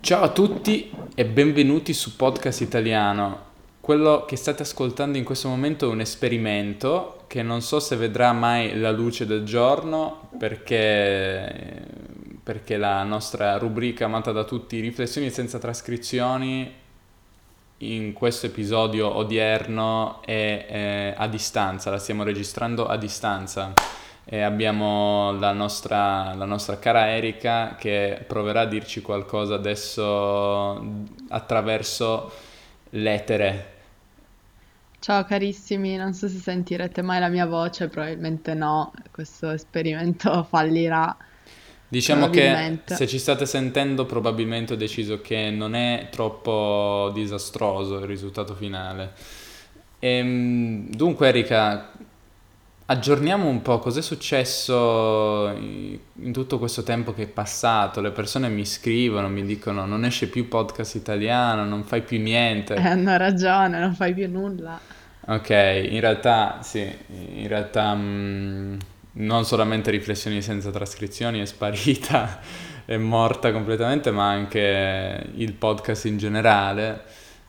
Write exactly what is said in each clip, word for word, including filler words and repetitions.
Ciao a tutti e benvenuti su Podcast Italiano. Quello che state ascoltando in questo momento è un esperimento che non so se vedrà mai la luce del giorno perché, perché la nostra rubrica amata da tutti, Riflessioni senza trascrizioni, in questo episodio odierno è eh, a distanza, la stiamo registrando a distanza. E abbiamo la nostra, la nostra cara Erika che proverà a dirci qualcosa adesso attraverso l'etere. Ciao carissimi, non so se sentirete mai la mia voce, probabilmente no, questo esperimento fallirà, Diciamo che probabilmente. se ci state sentendo probabilmente ho deciso che non è troppo disastroso il risultato finale. Ehm, dunque Erika, aggiorniamo un po' cos'è successo in in tutto questo tempo che è passato. Le persone mi scrivono, mi dicono non esce più podcast italiano, non fai più Eh, niente. hanno ragione, non fai più nulla. Ok, in realtà sì, in realtà mh, non solamente Riflessioni senza trascrizioni è sparita, è morta completamente, ma anche il podcast in generale.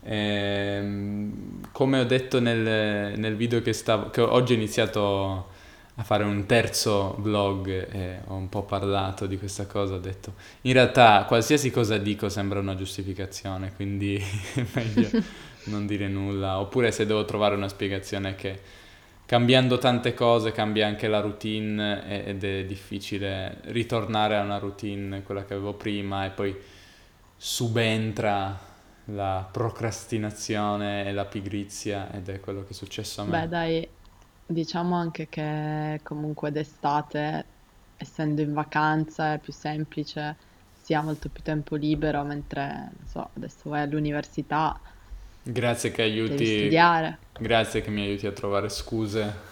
Ehm, come ho detto nel, nel video che stavo, che oggi ho iniziato a fare un terzo vlog e ho un po' parlato di questa cosa, ho detto, in realtà qualsiasi cosa dico sembra una giustificazione, quindi è meglio non dire nulla. Oppure se devo trovare una spiegazione che cambiando tante cose cambia anche la routine e- ed è difficile ritornare a una routine, quella che avevo prima, e poi subentra la procrastinazione e la pigrizia ed è quello che è successo a Beh, me. dai, diciamo anche che comunque d'estate, essendo in vacanza, è più semplice, si ha molto più tempo libero, mentre, non so, adesso vai all'università, Grazie che devi aiuti, studiare. grazie che mi aiuti a trovare scuse.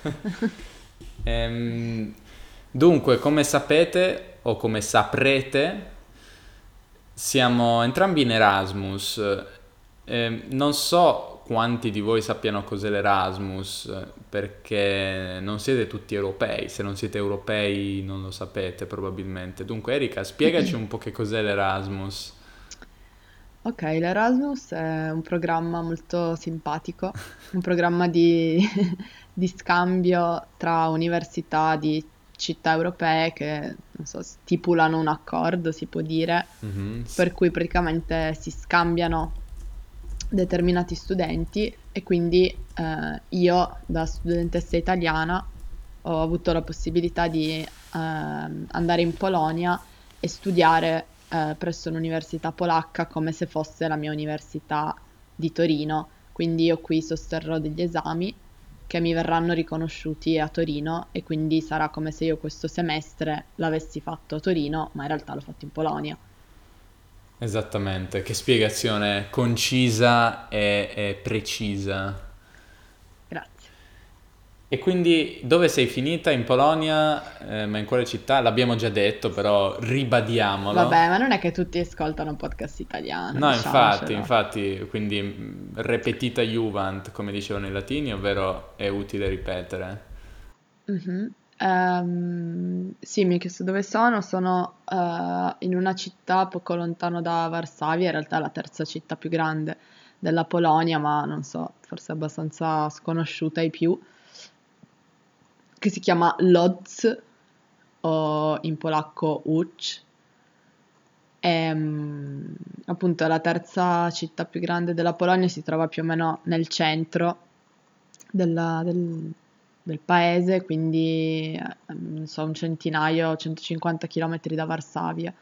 Ehm, dunque, come sapete o come saprete, siamo entrambi in Erasmus. Eh, non so quanti di voi sappiano cos'è l'Erasmus, eh, perché non siete tutti europei. Se non siete europei non lo sapete probabilmente. Dunque, Erika, spiegaci un po' che cos'è l'Erasmus. Ok, l'Erasmus è un programma molto simpatico, un programma di, di scambio tra università di città europee che, non so, stipulano un accordo, si può dire, Mhm, s- per cui praticamente si scambiano determinati studenti e quindi eh, io, da studentessa italiana, ho avuto la possibilità di ehm, andare in Polonia e studiare eh, presso un'università polacca come se fosse la mia università di Torino. Quindi io qui sosterrò degli esami che mi verranno riconosciuti a Torino e quindi sarà come se io questo semestre l'avessi fatto a Torino, ma in realtà l'ho fatto in Polonia. Esattamente, che spiegazione concisa e, e precisa. Grazie. E quindi dove sei finita? In Polonia? Eh, ma in quale città? L'abbiamo già detto, però Vabbè, ribadiamolo. ma non è che tutti ascoltano podcast italiano, No, infatti, diciamocelo. infatti, quindi mh, repetita Juvant, come dicevano i latini, ovvero è utile ripetere. Mhm. Ehm, sì, mi hai chiesto dove sono. Sono eh, in una città poco lontano da Varsavia, in realtà è la terza città più grande della Polonia, ma non so, forse abbastanza sconosciuta ai più, che si chiama Lodz o in polacco Łódź. Ehm, appunto, è la terza città più grande della Polonia, si trova più o meno nel centro della- del, del paese, quindi eh, non so, un centinaio, centocinquanta chilometri da Varsavia.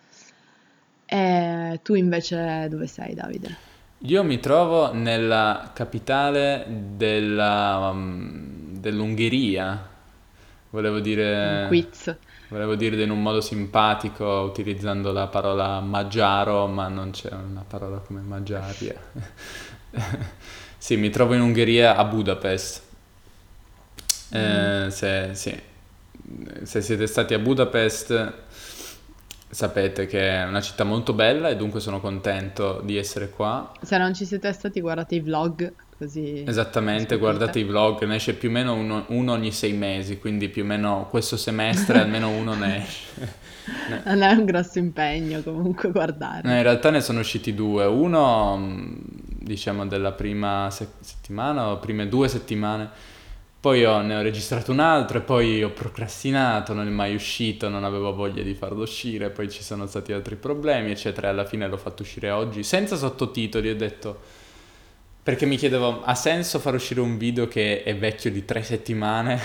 E tu invece dove sei, Davide? Io mi trovo nella capitale della, um, dell'Ungheria, volevo Un dire, quiz. volevo dire in un modo simpatico utilizzando la parola maggiaro, ma non c'è una parola come maggiaria. Sì, mi trovo in Ungheria a Budapest. Mm. Eh, se, sì. Se siete stati a Budapest sapete che è una città molto bella e dunque sono contento di essere qua. Se non ci siete stati, guardate i vlog. così lo Esattamente, guardate scoprite. i vlog, ne esce più o meno uno, uno ogni sei mesi, quindi più o meno questo semestre almeno uno ne esce. Ne- Non è un grosso impegno comunque No, guardarli. in realtà ne sono usciti due, uno mh, diciamo della prima se- settimana o prime due settimane, poi ho- ne ho registrato un altro e poi ho procrastinato, non è mai uscito, non avevo voglia di farlo uscire, poi ci sono stati altri problemi eccetera e alla fine l'ho fatto uscire oggi senza sottotitoli, ho detto perché mi chiedevo ha senso far uscire un video che è vecchio di tre settimane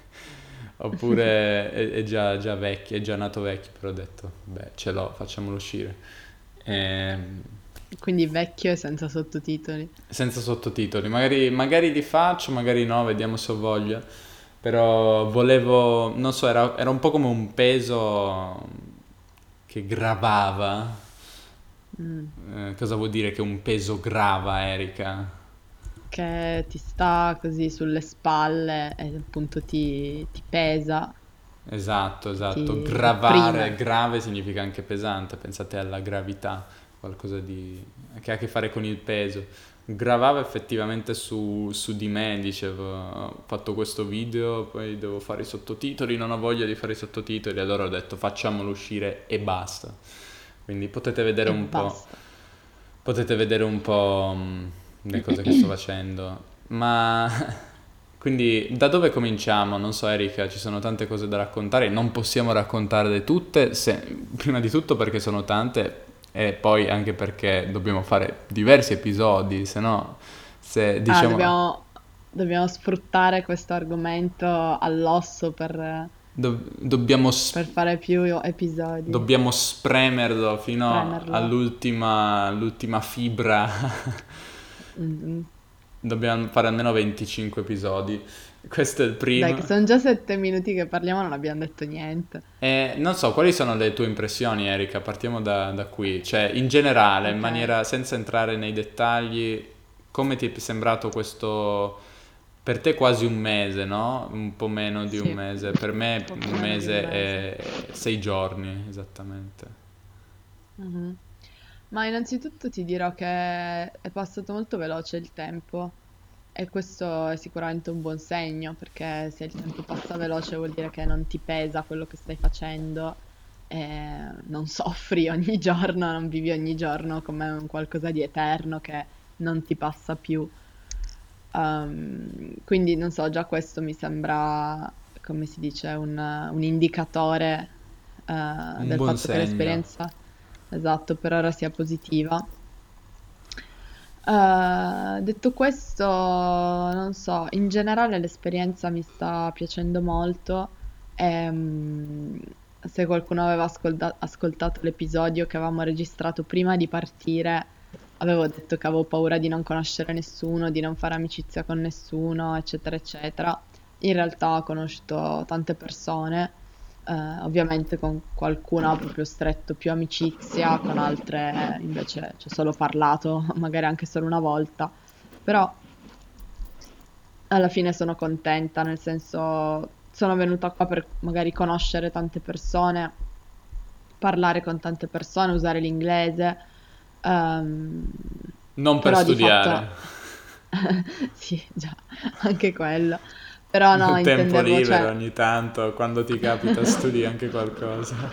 oppure è, è già, già vecchio, è già nato vecchio, però ho detto beh ce l'ho, facciamolo uscire. Ehm, Quindi vecchio e senza sottotitoli. senza sottotitoli, magari, magari li faccio, magari no, vediamo se ho voglia. Però volevo, non so, era, era un po' come un peso che gravava. Mm. Eh, cosa vuol dire che un peso grava, Erika? Che ti sta così sulle spalle e appunto ti, ti pesa, Esatto, esatto. ti Gravare, opprime. grave significa anche pesante, pensate alla gravità, qualcosa di... che ha a che fare con il peso. Gravava effettivamente su, su di me, dicevo, ho fatto questo video, poi devo fare i sottotitoli, non ho voglia di fare i sottotitoli, allora ho detto facciamolo uscire e basta. Quindi potete vedere E un po', basta. potete vedere un po' mh, le cose che sto facendo. Ma quindi da dove cominciamo? Non so, Erika, ci sono tante cose da raccontare, non possiamo raccontarle tutte, se- prima di tutto perché sono tante e poi anche perché dobbiamo fare diversi episodi, se no, se Ah, diciamo, dobbiamo, dobbiamo sfruttare questo argomento all'osso per, do- dobbiamo, per s- fare più episodi, dobbiamo spremerlo fino spremerlo. all'ultima all'ultima fibra. Mhm. Dobbiamo fare almeno venticinque episodi. Questo è il Dai, che primo. sono già sette minuti che parliamo, non abbiamo detto niente. E non so, quali sono le tue impressioni, Erika? Partiamo da, da qui. Cioè, in generale, in Ok. maniera senza entrare nei dettagli, come ti è sembrato questo, per te quasi un mese, no? Un po' meno di un Sì, mese. Per me poco un meno di un mese mese. è sei giorni, esattamente. Mhm. Ma innanzitutto ti dirò che è passato molto veloce il tempo e questo è sicuramente un buon segno perché se il tempo passa veloce vuol dire che non ti pesa quello che stai facendo e non soffri ogni giorno, non vivi ogni giorno come un qualcosa di eterno che non ti passa più. Um, quindi non so, già questo mi sembra, come si dice, un, un indicatore eh, Un del buon fatto che segno. l'esperienza, esatto, per ora sia positiva. Eh, detto questo, non so, in generale l'esperienza mi sta piacendo molto. Ehm, Se qualcuno aveva ascolta- ascoltato l'episodio che avevamo registrato prima di partire, avevo detto che avevo paura di non conoscere nessuno, di non fare amicizia con nessuno, eccetera, eccetera. In realtà ho conosciuto tante persone, eh, ovviamente con qualcuna ho proprio stretto più amicizia, con altre eh, invece ci ho solo parlato, magari anche solo una volta, però alla fine sono contenta, nel senso sono venuta qua per magari conoscere tante persone, parlare con tante persone, usare l'inglese, ehm, Non per però di studiare. fatto sì, già, anche quello. Però no, Nel tempo intendevo, libero cioè, ogni tanto, quando ti capita, studi anche qualcosa.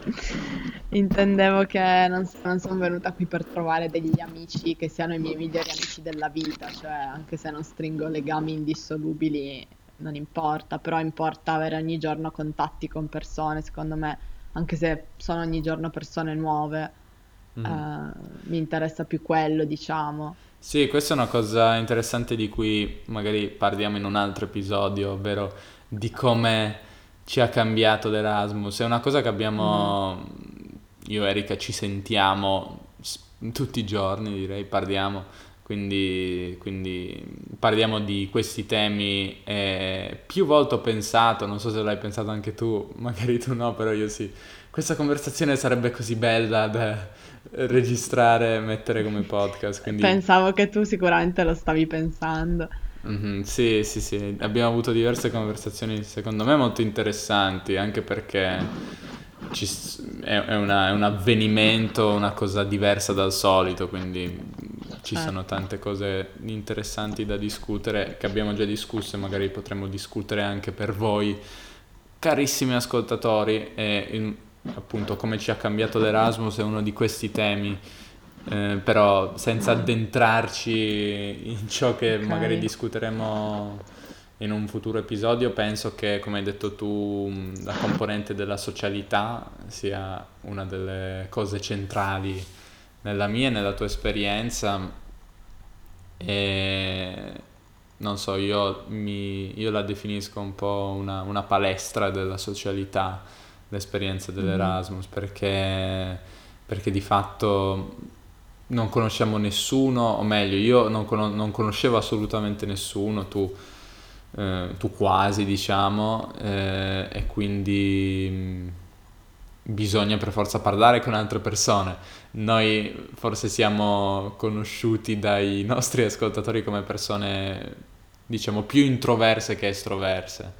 intendevo che non, s- non sono venuta qui per trovare degli amici che siano i miei migliori amici della vita, cioè anche se non stringo legami indissolubili, non importa, però importa avere ogni giorno contatti con persone, secondo me, anche se sono ogni giorno persone nuove, eh, Mm. mi interessa più quello, diciamo. Sì, questa è una cosa interessante di cui magari parliamo in un altro episodio, ovvero di come ci ha cambiato l'Erasmus. È una cosa che Mhm. abbiamo, io e Erika ci sentiamo s- tutti i giorni, direi, parliamo, quindi, quindi parliamo di questi temi e più volte ho pensato, non so se l'hai pensato anche tu, magari tu no, però io sì, questa conversazione sarebbe così bella da registrare e mettere come podcast, quindi Pensavo che tu sicuramente lo stavi pensando. mhm, sì, sì, sì, abbiamo avuto diverse conversazioni secondo me molto interessanti, anche perché ci s- è, è una- è un avvenimento, una cosa diversa dal solito, quindi ci sono certo. tante cose interessanti da discutere, che abbiamo già discusso e magari potremmo discutere anche per voi, carissimi ascoltatori, e il- appunto come ci ha cambiato l'Erasmus è uno di questi temi, eh, però senza addentrarci in ciò che Ok, magari discuteremo in un futuro episodio, penso che, come hai detto tu, mh, la componente della socialità sia una delle cose centrali nella mia e nella tua esperienza, e non so, io, mi- io la definisco un po' una, una palestra della socialità, l'esperienza mhm, dell'Erasmus, perché, perché di fatto non conosciamo nessuno, o meglio, io non, cono- non conoscevo assolutamente nessuno, tu, eh, tu quasi, diciamo, eh, e quindi mh, bisogna per forza parlare con altre persone. Noi forse siamo conosciuti dai nostri ascoltatori come persone, diciamo, più introverse che estroverse.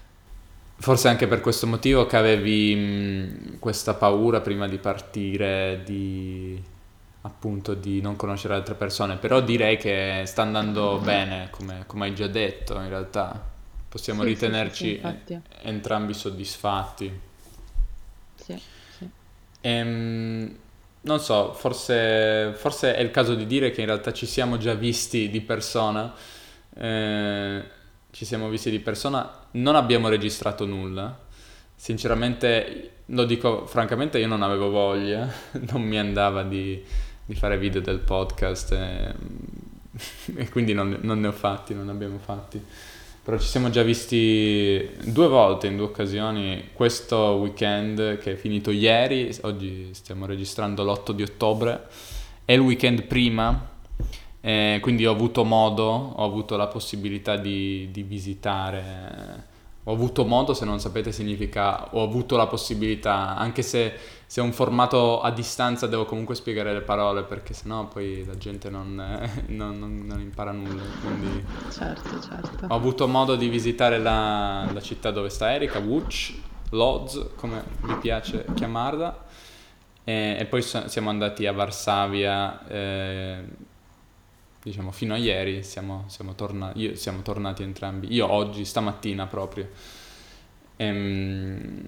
Forse anche per questo motivo che avevi mh, questa paura prima di partire, di appunto di non conoscere altre persone, però direi che sta andando bene, come, come hai già detto, in realtà possiamo sì, sì, sì, sì, ritenerci eh, infatti, entrambi soddisfatti. sì, sì. Ehm, Non so, forse, forse è il caso di dire che in realtà ci siamo già visti di persona, eh, ci siamo visti di persona, non abbiamo registrato nulla. Sinceramente, lo dico francamente, io non avevo voglia, non mi andava di, di fare video del podcast, e, e quindi non, non ne ho fatti, non ne abbiamo fatti. Però ci siamo già visti due volte in due occasioni, questo weekend che è finito ieri, oggi stiamo registrando l'otto di ottobre, e il weekend prima, eh, quindi ho avuto modo, ho avuto la possibilità di, di visitare, ho avuto modo, se non sapete significa ho avuto la possibilità, anche se, se è un formato a distanza devo comunque spiegare le parole perché sennò poi la gente non, eh, non- non- non impara nulla, quindi Certo, ho certo. avuto modo di visitare la, la città dove sta Erika, Łódź, Lodz, come vi piace chiamarla, e, e poi so- siamo andati a Varsavia, eh, diciamo fino a ieri, siamo, siamo torna- io- siamo tornati entrambi, io oggi, stamattina proprio. Ehm,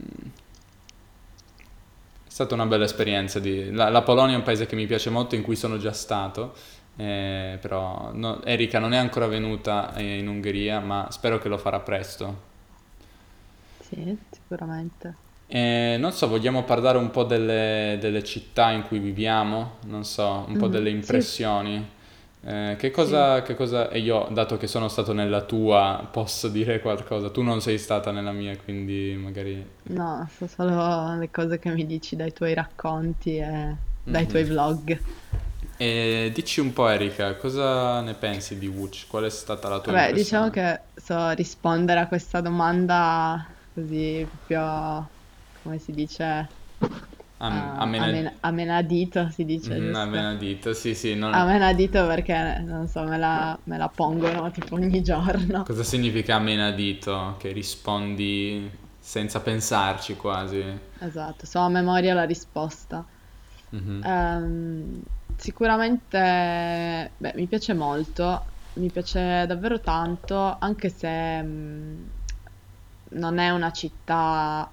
è stata una bella esperienza. Di... La, la Polonia è un paese che mi piace molto, in cui sono già stato, eh, però no- Erika non è ancora venuta eh, in Ungheria, ma spero che lo farà presto. Sì, sicuramente. Eh, non so, vogliamo parlare un po' delle, delle città in cui viviamo? Non so, un po' Mhm, delle sì, impressioni. Eh, che sì. cosa, che cosa... E io, dato che sono stato nella tua, posso dire qualcosa. Tu non sei stata nella mia, quindi magari... No, so solo le cose che mi dici dai tuoi racconti e dai Mhm. tuoi vlog. E dici un po', Erika, cosa ne pensi di Wuch? Qual è stata la tua Vabbè, diciamo impressione? che so rispondere a questa domanda così proprio, come si dice, Am- a, a, amena- men- a menadito, si dice, Mhm, giusto? amenadito, sì, sì, A non... menadito perché, non so, me la, me la pongono tipo ogni giorno. Cosa significa amenadito? Che rispondi senza pensarci quasi. Esatto, so a memoria la risposta. Mhm. Ehm, sicuramente, beh, mi piace molto, mi piace davvero tanto, anche se mh, non è una città,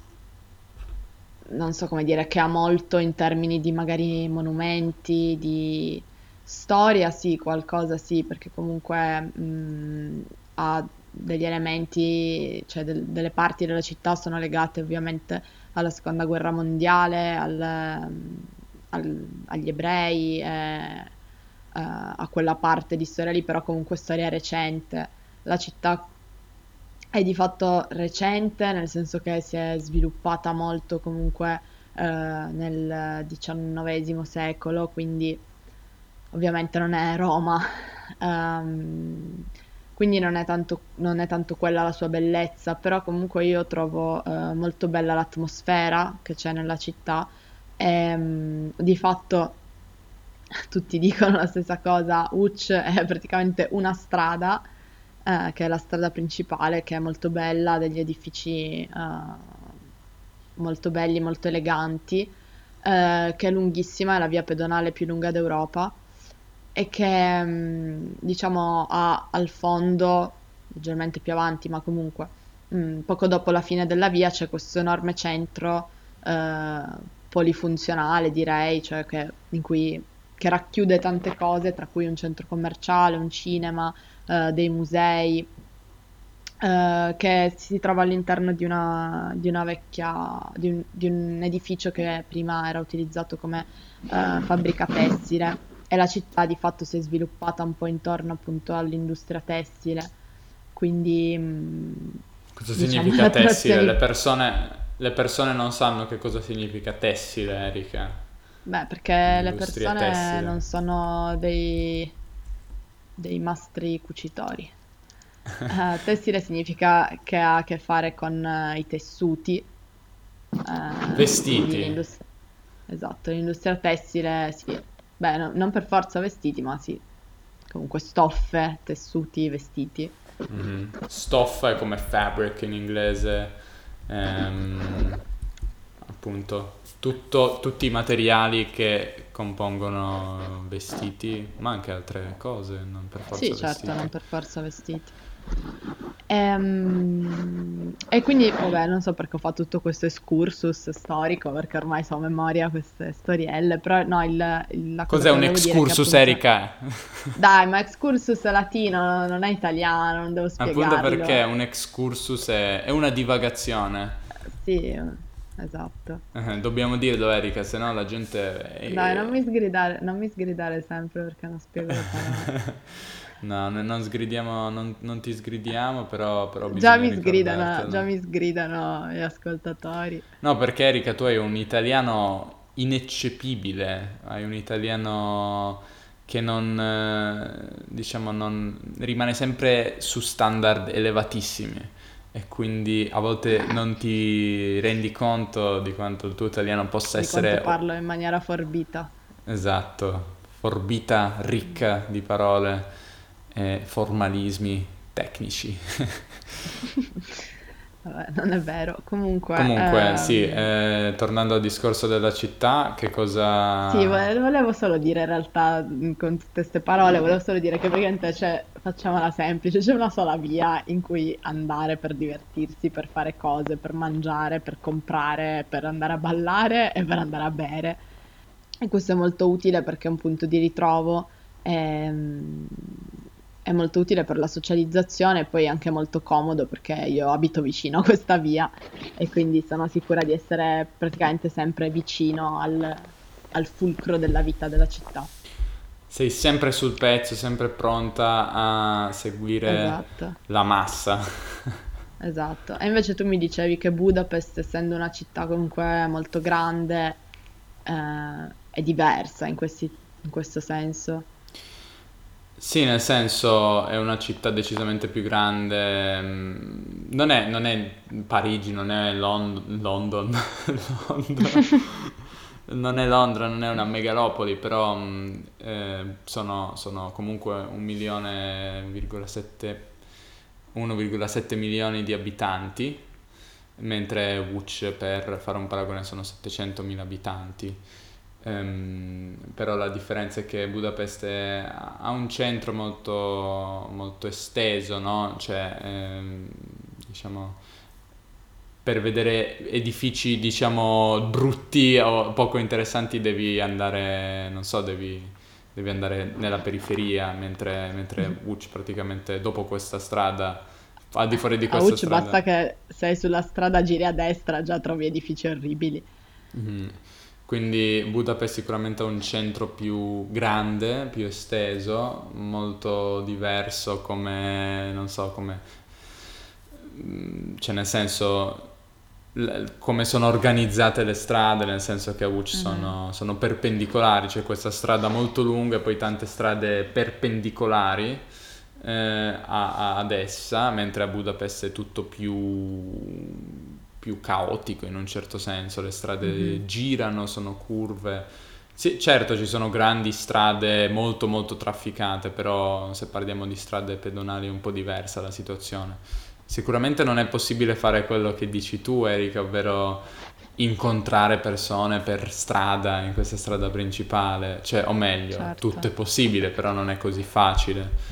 non so come dire, che ha molto in termini di magari monumenti, di storia, sì, qualcosa sì, perché comunque mh, ha degli elementi, cioè del- delle parti della città sono legate ovviamente alla seconda guerra mondiale, al- al- agli ebrei, e, eh, a quella parte di storia lì, però comunque storia recente. La città è di fatto recente, nel senso che si è sviluppata molto comunque eh, nel diciannovesimo secolo, quindi ovviamente non è Roma. Ehm, quindi non è tanto, non è tanto quella la sua bellezza, però comunque io trovo eh, molto bella l'atmosfera che c'è nella città. E, mm, di fatto tutti dicono la stessa cosa, Uc è praticamente una strada, eh, che è la strada principale, che è molto bella, ha degli edifici eh, molto belli, molto eleganti, eh, che è lunghissima, è la via pedonale più lunga d'Europa. e che mh, diciamo ha al fondo, leggermente più avanti, ma comunque mh, poco dopo la fine della via c'è questo enorme centro eh, polifunzionale, direi, cioè che, in cui, che racchiude tante cose, tra cui un centro commerciale, un cinema, eh, dei musei, eh, che si trova all'interno di una, di una vecchia, di un, di un edificio che prima era utilizzato come eh, fabbrica tessile e la città di fatto si è sviluppata un po' intorno appunto all'industria tessile, quindi mh, Cosa diciamo le significa tessile? Le attrazioni, persone, le persone non sanno che cosa significa tessile, Erika. beh, perché le Industria persone tessile. non sono dei, dei mastri cucitori. Eh, tessile significa che ha a che fare con eh, i tessuti, eh, quindi Vestiti. l'industria, esatto, l'industria tessile, sì, beh, no- non per forza vestiti, ma sì, comunque stoffe, tessuti, vestiti. Mhm. Stoffa è come fabric in inglese, ehm, appunto, tutto- tutti i materiali che compongono vestiti, ma anche altre cose, non per Sì, forza certo, vestiti. non per forza vestiti. Ehm, E, quindi, vabbè, non so perché ho fatto tutto questo excursus storico, perché ormai so a memoria queste storielle, però no, il- il- la cosa Cos'è che un volevo dire è che excursus, appunto, Erika? dai, ma excursus è latino, non è italiano, non devo Appunto perché spiegarlo. un excursus è, è una divagazione. Eh, Sì, esatto. Eh, Dobbiamo dire dove Erika, se no la gente... Dai, non mi è- sgridare, non mi sgridare sempre perché non spiego le parole. No, n- non sgridiamo, non, non ti sgridiamo, però, però Già bisogna mi sgridano, già ricordartelo. mi sgridano gli ascoltatori. No, perché Erika, tu hai un italiano ineccepibile, hai un italiano che non, eh, diciamo, non, rimane sempre su standard elevatissimi e quindi a volte non ti rendi conto di quanto il tuo italiano possa Di quanto essere, parlo in maniera forbita. esatto, forbita, ricca di parole e formalismi tecnici. Vabbè, non è vero. Comunque, Comunque, sì, ehm, eh, tornando al discorso della città, che sì, cosa... vole- volevo solo dire in realtà mh, con tutte queste parole, volevo solo dire che praticamente c'è, facciamola semplice, c'è una sola via in cui andare per divertirsi, per fare cose, per mangiare, per comprare, per andare a ballare e per andare a bere. E questo è molto utile perché è un punto di ritrovo, ehm, è molto utile per la socializzazione e poi anche molto comodo perché io abito vicino a questa via e quindi sono sicura di essere praticamente sempre vicino al, al fulcro della vita della città. Sei sempre sul pezzo, sempre pronta a seguire Esatto, la massa. esatto. E invece tu mi dicevi che Budapest, essendo una città comunque molto grande, eh, è diversa in questi- in questo senso. Sì, nel senso è una città decisamente più grande. mm, Non è, non è Parigi, non è Lond- London, Londra. Non è Londra, non è una megalopoli, però mm, eh, sono, sono comunque un milione, virgola sette, uno virgola sette milioni di abitanti, mentre Wuch, per fare un paragone, sono settecentomila abitanti. Ehm, però la differenza è che Budapest è- ha un centro molto, molto esteso, no? Cioè, ehm, diciamo, per vedere edifici, diciamo, brutti o poco interessanti devi andare, non so, devi, devi andare nella periferia, mentre, mentre Łódź praticamente dopo questa strada, al di fuori di A questa Uc basta strada. che sei sulla strada, giri a destra, già trovi edifici orribili. Mhm. Quindi Budapest sicuramente ha un centro più grande, più esteso, molto diverso come, non so, come, mm, cioè nel senso, l- come sono organizzate le strade, nel senso che a Łódź Mhm. sono, sono perpendicolari, c'è questa strada molto lunga e poi tante strade perpendicolari eh, a- a- ad essa, mentre a Budapest è tutto più, più caotico in un certo senso, le Mhm. strade girano, sono curve. Sì, certo ci sono grandi strade molto molto trafficate, però se parliamo di strade pedonali è un po' diversa la situazione. Sicuramente non è possibile fare quello che dici tu, Erika, ovvero incontrare persone per strada, in questa strada principale, cioè, o meglio, tutto certo. è possibile, però non è così facile.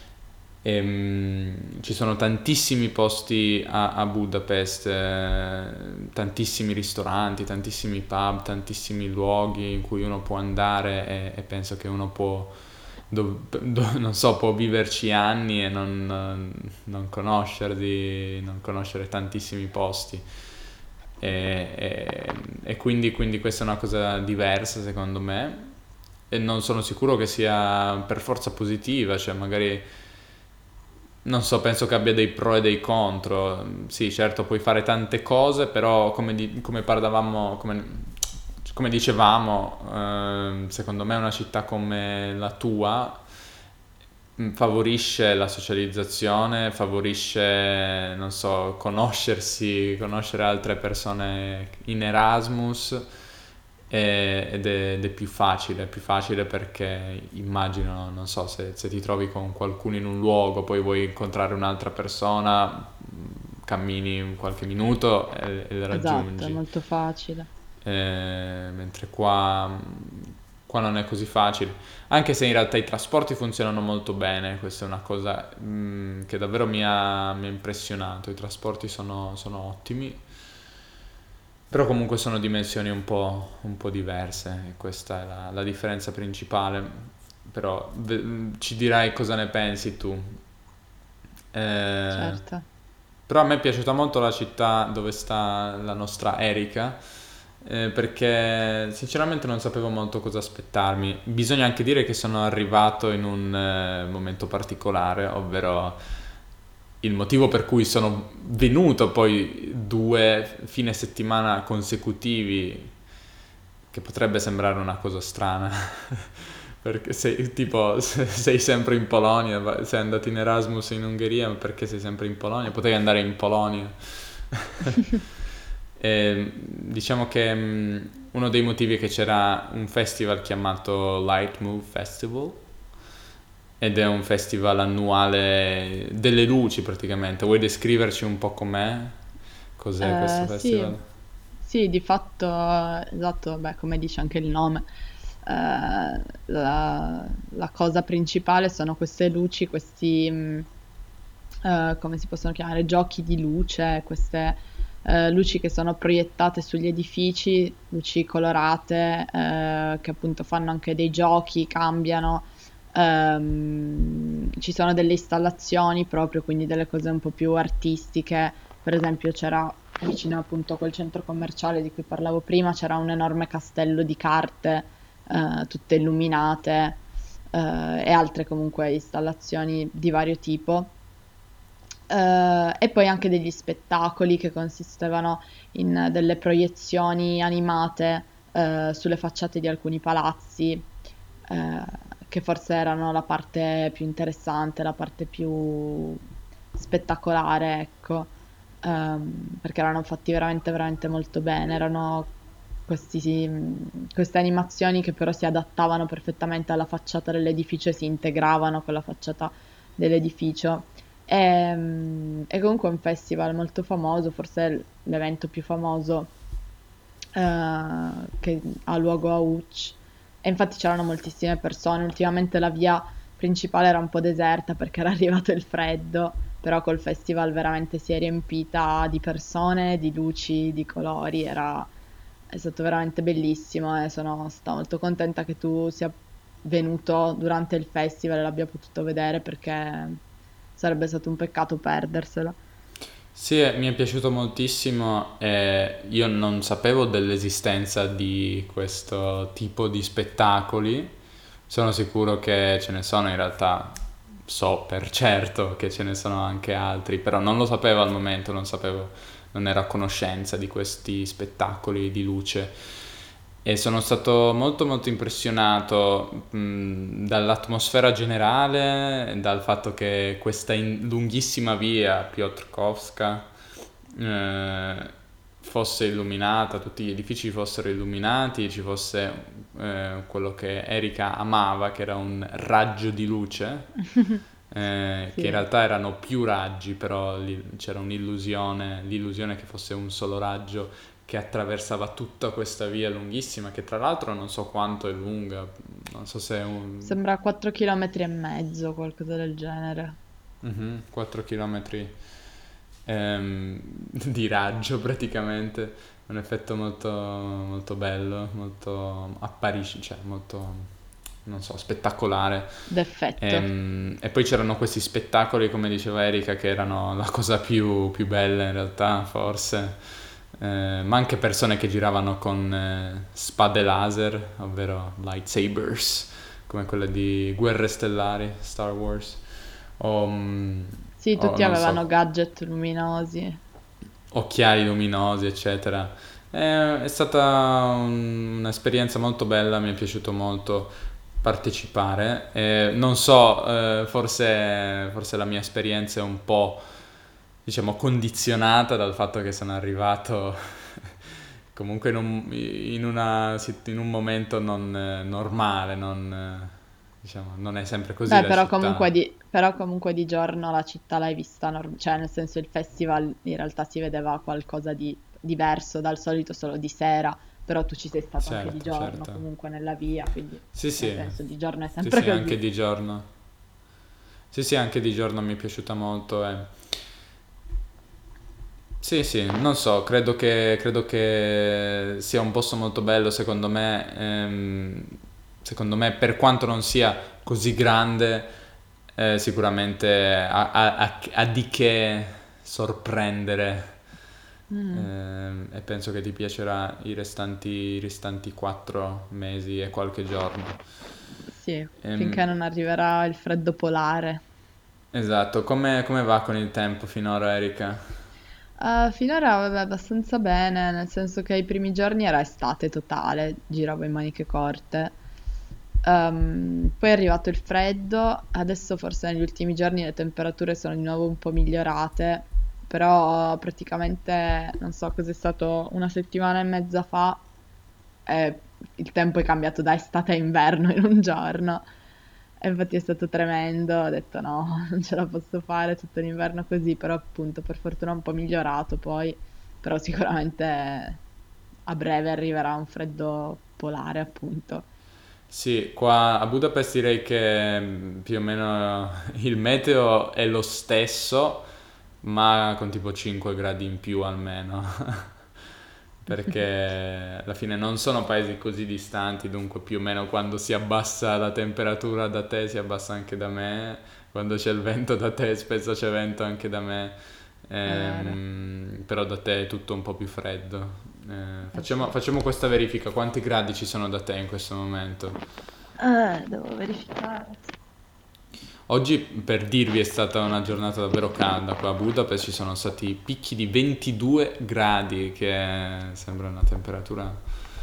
Ehm, ci sono tantissimi posti a, a Budapest, eh, tantissimi ristoranti, tantissimi pub, tantissimi luoghi in cui uno può andare e, e penso che uno può, do- do- non so, può viverci anni e non, non conoscerli, non conoscere tantissimi posti. E, e- e quindi, quindi questa è una cosa diversa secondo me e non sono sicuro che sia per forza positiva, cioè magari non so, penso che abbia dei pro e dei contro. Sì, certo, puoi fare tante cose, però come, di- come parlavamo, come, come dicevamo, ehm, secondo me una città come la tua mh, favorisce la socializzazione, favorisce, non so, conoscersi, conoscere altre persone in Erasmus e- ed è, ed è più facile, è più facile perché immagino, non so, se, se ti trovi con qualcuno in un luogo, poi vuoi incontrare un'altra persona, mh, cammini qualche minuto e, e le Esatto, è raggiungi. molto facile. Eh, mentre qua, qua non è così facile. Anche se in realtà i trasporti funzionano molto bene, questa è una cosa mh, che davvero mi ha, mi ha impressionato. I trasporti sono, sono ottimi, però comunque sono dimensioni un po', un po' diverse e questa è la, la differenza principale. Però ve- ci dirai cosa ne pensi tu. Eh, Certo. però a me è piaciuta molto la città dove sta la nostra Erika, eh, perché sinceramente non sapevo molto cosa aspettarmi. Bisogna anche dire che sono arrivato in un eh, momento particolare, ovvero il motivo per cui sono venuto poi due fine settimana consecutivi, che potrebbe sembrare una cosa strana. Perché sei tipo se- sei sempre in Polonia, va- sei andato in Erasmus in Ungheria, ma perché sei sempre in Polonia? Potevi andare in Polonia. E, diciamo che mh, uno dei motivi è che c'era un festival chiamato Light Move Festival ed è un festival annuale delle luci praticamente. Vuoi descriverci un po' com'è? Cos'è questo Eh, sì, festival? sì, di fatto, esatto, beh, come dice anche il nome, eh, la, la cosa principale sono queste luci, questi, mh, eh, come si possono chiamare, giochi di luce, queste eh, luci che sono proiettate sugli edifici, luci colorate, eh, che appunto fanno anche dei giochi, cambiano. Ehm, ci sono delle installazioni proprio, quindi delle cose un po' più artistiche. Per esempio c'era vicino appunto a quel centro commerciale di cui parlavo prima, c'era un enorme castello di carte, eh, tutte illuminate, eh, e altre comunque installazioni di vario tipo. Eh, e poi anche degli spettacoli che consistevano in delle proiezioni animate, eh, sulle facciate di alcuni palazzi, eh, che forse erano la parte più interessante, la parte più spettacolare, ecco, ehm, perché erano fatti veramente, veramente molto bene. Erano questi, sì, queste animazioni che però si adattavano perfettamente alla facciata dell'edificio e si integravano con la facciata dell'edificio. E, e comunque è un festival molto famoso, forse è l'evento più famoso eh, che ha luogo a Uc. E infatti c'erano moltissime persone. Ultimamente la via principale era un po' deserta perché era arrivato il freddo, però col festival veramente si è riempita di persone, di luci, di colori. Era, è stato veramente bellissimo e sono stata molto contenta che tu sia venuto durante il festival e l'abbia potuto vedere perché sarebbe stato un peccato perderselo. Sì, eh, mi è piaciuto moltissimo e io non sapevo dell'esistenza di questo tipo di spettacoli. Sono sicuro che ce ne sono, in realtà so per certo che ce ne sono anche altri, però non lo sapevo al momento, non sapevo, non ero a conoscenza di questi spettacoli di luce. E sono stato molto molto impressionato mh, dall'atmosfera generale, dal fatto che questa in- lunghissima via Piotrkowska eh, fosse illuminata, tutti gli edifici fossero illuminati, ci fosse eh, quello che Erika amava, che era un raggio di luce, eh, che in Sì. realtà erano più raggi, però lì c'era un'illusione, l'illusione che fosse un solo raggio che attraversava tutta questa via lunghissima, che tra l'altro non so quanto è lunga, non so se è un Sembra quattro chilometri e mezzo, qualcosa del genere. mhm, quattro chilometri ehm, di raggio praticamente, un effetto molto, molto bello, molto appariscente, cioè molto, non so, spettacolare. D'effetto. Ehm, E, poi c'erano questi spettacoli, come diceva Erika, che erano la cosa più, più bella in realtà, forse. Eh, ma anche persone che giravano con eh, spade laser, ovvero lightsabers, come quelle di Guerre Stellari, Star Wars, o, mm, Sì, o tutti non avevano so, gadget luminosi. occhiali luminosi, eccetera. Eh, è stata un- un'esperienza molto bella, mi è piaciuto molto partecipare. Eh, non so, eh, forse, forse la mia esperienza è un po', diciamo, condizionata dal fatto che sono arrivato comunque in un, in una sit- in un momento non eh, normale, non, eh, diciamo, non è sempre così Beh, la però comunque città. di, però comunque di giorno la città l'hai vista, norm- cioè nel senso il festival in realtà si vedeva qualcosa di diverso dal solito solo di sera, però tu ci sei stato anche di Certo, giorno certo. comunque nella via, quindi Sì, nel sì, senso di giorno è sì, sempre sì, anche così. di giorno. Sì, sì, anche di giorno mi è piaciuta molto. eh. Sì, sì, non so, credo che, credo che sia un posto molto bello, secondo me. ehm, secondo me, per quanto non sia così grande, eh, sicuramente ha, ha- ha- ha di che sorprendere. Mm, ehm, e penso che ti piacerà i restanti, i restanti quattro mesi e qualche giorno. sì, Ehm, finché non arriverà il freddo polare. esatto, come, come va con il tempo finora, Erika? Uh, finora vabbè, abbastanza bene, nel senso che i primi giorni era estate totale, giravo in maniche corte. Ehm, poi è arrivato il freddo, adesso forse negli ultimi giorni le temperature sono di nuovo un po' migliorate, però praticamente non so cos'è stato una settimana e mezza fa e il tempo è cambiato da estate a inverno in un giorno. E infatti è stato tremendo, ho detto no, non ce la posso fare tutto l'inverno così, però appunto per fortuna è un po' migliorato poi, però sicuramente a breve arriverà un freddo polare appunto. Sì, qua a Budapest direi che mm, più o meno il meteo è lo stesso, ma con tipo cinque gradi in più almeno, perché alla fine non sono paesi così distanti, dunque più o meno quando si abbassa la temperatura da te si abbassa anche da me, quando c'è il vento da te spesso c'è vento anche da me, È vero, ehm, però da te è tutto un po' più freddo. Eh, eh facciamo, sì. facciamo questa verifica, quanti gradi ci sono da te in questo momento? Eh, devo verificare. Oggi per dirvi è stata una giornata davvero calda qua a Budapest, ci sono stati picchi di ventidue gradi, che sembra una temperatura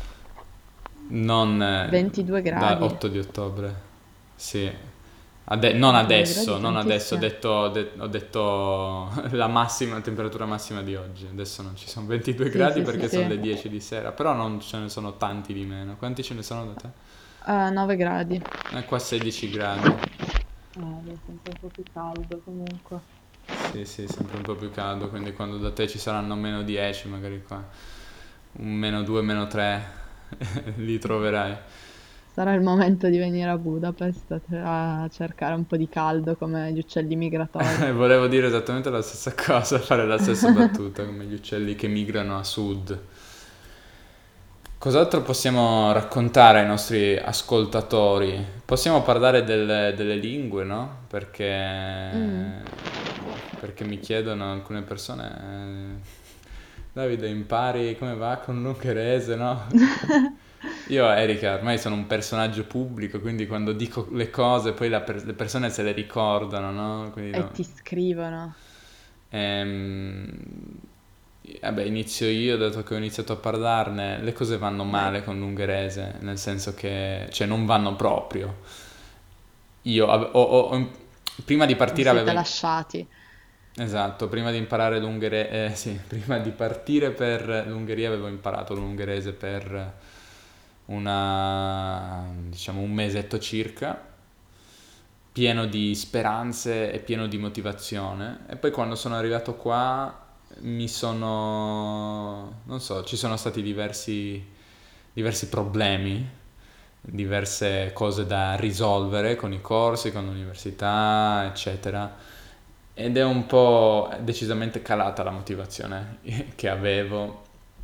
non eh, ventidue da gradi, otto di ottobre. Sì. Ade- non ventidue gradi adesso, non adesso, ho tantissimo. detto, ho de- ho detto la massima, la temperatura massima di oggi. Adesso non ci sono ventidue Sì, gradi sì, sì, perché sono sì. le dieci di sera, però non ce ne sono tanti di meno. Quanti ce ne sono da te? Eh, nove gradi. Eh, qua sedici gradi. Eh, è sempre un po' più caldo comunque. Sì, sì, sempre un po' più caldo, quindi quando da te ci saranno meno dieci, magari qua un meno due, meno tre, li troverai. Sarà il momento di venire a Budapest a a cercare un po' di caldo come gli uccelli migratori. Volevo dire esattamente la stessa cosa, fare la stessa battuta, come gli uccelli che migrano a sud. Cos'altro possiamo raccontare ai nostri ascoltatori? Possiamo parlare del- delle lingue, no? Mm. Perché, perché mi chiedono alcune persone, eh, Davide, impari come va con l'ungherese, no? Io, Erika, ormai sono un personaggio pubblico, quindi quando dico le cose poi la per- le persone se le ricordano, no? Quindi E no. ti scrivono. Ehm, vabbè, inizio io, dato che ho iniziato a parlarne, le cose vanno Vai. male con l'ungherese, nel senso che, cioè, non vanno proprio. Io ave- ho- ho- ho- prima di Vi partire siete avevo... lasciati. Esatto, prima di imparare l'ungherese, eh, sì, prima di partire per l'Ungheria avevo imparato l'ungherese per una, diciamo, un mesetto circa, pieno di speranze e pieno di motivazione. E poi quando sono arrivato qua mi sono, non so, ci sono stati diversi, diversi problemi, diverse cose da risolvere con i corsi, con l'università, eccetera. Ed è un po' decisamente calata la motivazione che avevo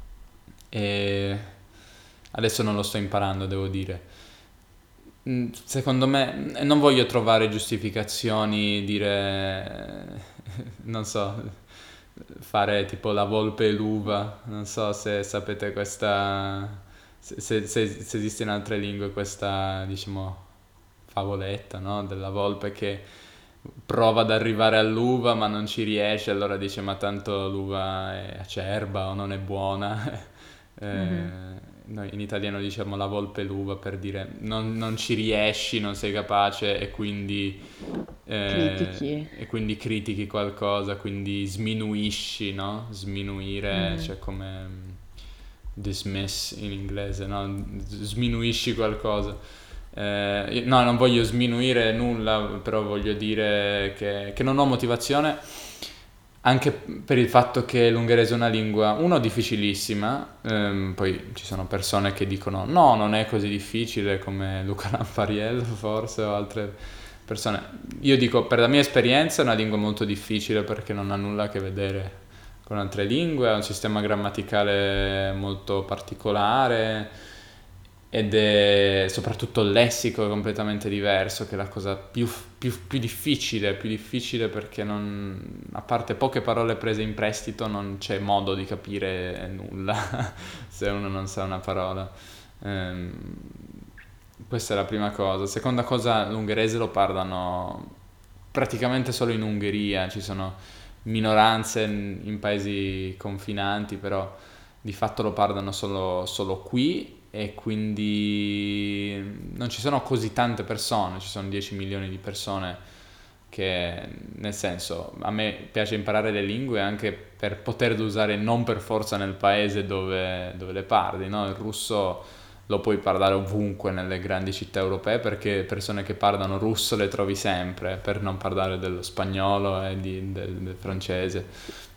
e adesso non lo sto imparando, devo dire. Mm, Secondo me, eh, non voglio trovare giustificazioni, dire, non so, fare tipo la volpe e l'uva, non so se sapete questa, se, se- se- se esiste in altre lingue questa, diciamo, favoletta, no? Della volpe che prova ad arrivare all'uva ma non ci riesce, allora dice ma tanto l'uva è acerba o non è buona. Mhm. Eh, noi in italiano diciamo la volpe e l'uva per dire non, non ci riesci, non sei capace e quindi, eh, Critichi. e quindi critichi qualcosa, quindi sminuisci, no? Sminuire, Mhm. cioè come mm, dismiss in inglese, no? Sminuisci qualcosa. Eh, io- no, non voglio sminuire nulla, però voglio dire che, che non ho motivazione anche per il fatto che l'ungherese è una lingua, uno, difficilissima, ehm, poi ci sono persone che dicono no, non è così difficile come Luca Lampariello forse o altre persone. Io dico, per la mia esperienza è una lingua molto difficile perché non ha nulla a che vedere con altre lingue, ha un sistema grammaticale molto particolare ed è soprattutto il lessico è completamente diverso, che è la cosa più, più- più difficile, più difficile perché non, a parte poche parole prese in prestito non c'è modo di capire nulla se uno non sa una parola. Ehm, Questa è la prima cosa. Seconda cosa, l'ungherese lo parlano praticamente solo in Ungheria, ci sono minoranze in, in paesi confinanti, però di fatto lo parlano solo, solo qui e quindi non ci sono così tante persone, ci sono dieci milioni di persone che, nel senso, a me piace imparare le lingue anche per poterle usare non per forza nel paese dove, dove le parli, no? Il russo lo puoi parlare ovunque nelle grandi città europee perché persone che parlano russo le trovi sempre, per non parlare dello spagnolo e di- del, del francese.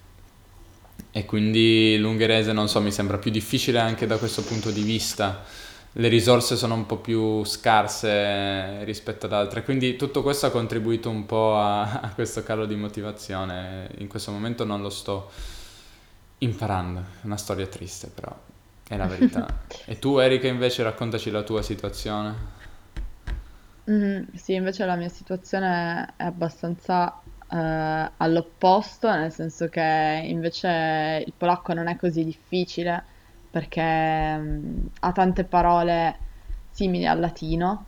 E quindi l'ungherese, non so, mi sembra più difficile anche da questo punto di vista. Le risorse sono un po' più scarse rispetto ad altre, quindi tutto questo ha contribuito un po' a, a questo calo di motivazione. In questo momento non lo sto imparando, è una storia triste però, è la verità. E tu Erika invece raccontaci la tua situazione. Mhm. Sì, invece la mia situazione è abbastanza eh, all'opposto, nel senso che invece il polacco non è così difficile perché mm, ha tante parole simili al latino,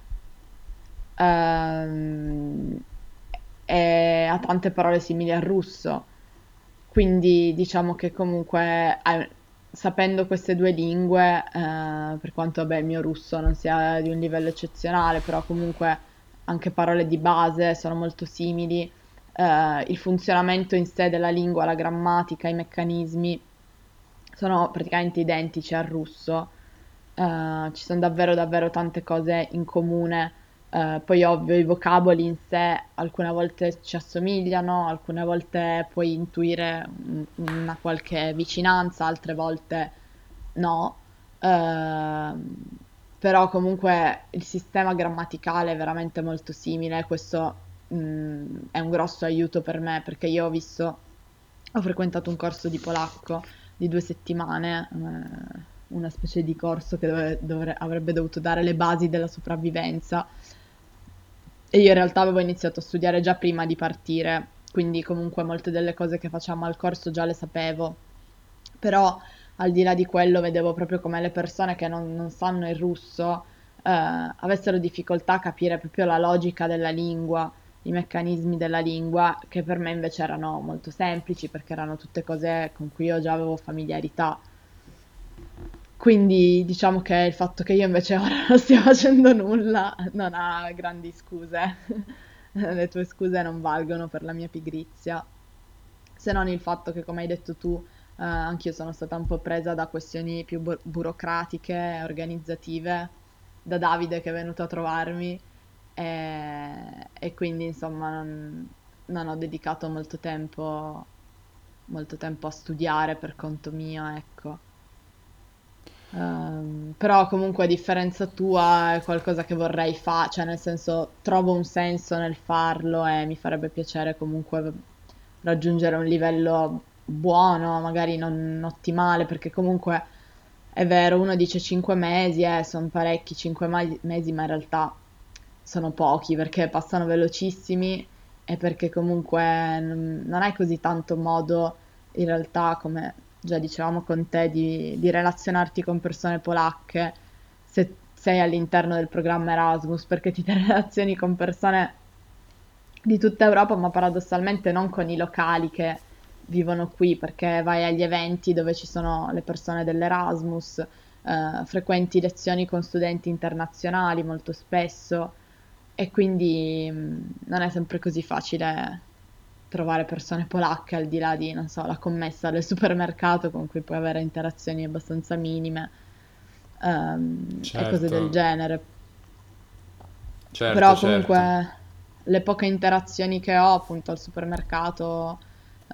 ehm, e ha tante parole simili al russo. Quindi diciamo che comunque eh, sapendo queste due lingue, eh, per quanto vabbè, il mio russo non sia di un livello eccezionale, però comunque anche parole di base sono molto simili. Eh, il funzionamento in sé della lingua, la grammatica, i meccanismi sono praticamente identici al russo. Eh, ci sono davvero davvero tante cose in comune. Eh, poi ovvio i vocaboli in sé alcune volte ci assomigliano, alcune volte puoi intuire un- una qualche vicinanza, altre volte no. Ehm, Però comunque il sistema grammaticale è veramente molto simile. Questo mm, è un grosso aiuto per me perché io ho visto, ho frequentato un corso di polacco di due settimane, eh, una specie di corso che dove- dovre- avrebbe dovuto dare le basi della sopravvivenza. E io in realtà avevo iniziato a studiare già prima di partire, quindi comunque molte delle cose che facciamo al corso già le sapevo. Però al di là di quello vedevo proprio come le persone che non, non sanno il russo eh, avessero difficoltà a capire proprio la logica della lingua, i meccanismi della lingua, che per me invece erano molto semplici perché erano tutte cose con cui io già avevo familiarità. Quindi diciamo che il fatto che io invece ora non stia facendo nulla non ha grandi scuse. Le tue scuse non valgono per la mia pigrizia, se non il fatto che, come hai detto tu, eh, anch'io sono stata un po' presa da questioni più bu- burocratiche, organizzative, da Davide che è venuto a trovarmi e, e quindi insomma non, non ho dedicato molto tempo molto tempo a studiare per conto mio, ecco. Ehm, però comunque a differenza tua è qualcosa che vorrei fare, cioè nel senso trovo un senso nel farlo e mi farebbe piacere comunque raggiungere un livello buono, magari non ottimale, perché comunque è vero, uno dice cinque mesi, eh, sono parecchi cinque mesi, ma in realtà sono pochi perché passano velocissimi e perché comunque non, non hai così tanto modo in realtà, come già dicevamo con te, di, di relazionarti con persone polacche se sei all'interno del programma Erasmus, perché ti relazioni con persone di tutta Europa, ma paradossalmente non con i locali che vivono qui, perché vai agli eventi dove ci sono le persone dell'Erasmus, eh, frequenti lezioni con studenti internazionali molto spesso e quindi mh, non è sempre così facile trovare persone polacche al di là di, non so, la commessa del supermercato con cui puoi avere interazioni abbastanza minime, ehm, e cose Certo, del genere. certo, Però certo. comunque le poche interazioni che ho appunto al supermercato, eh,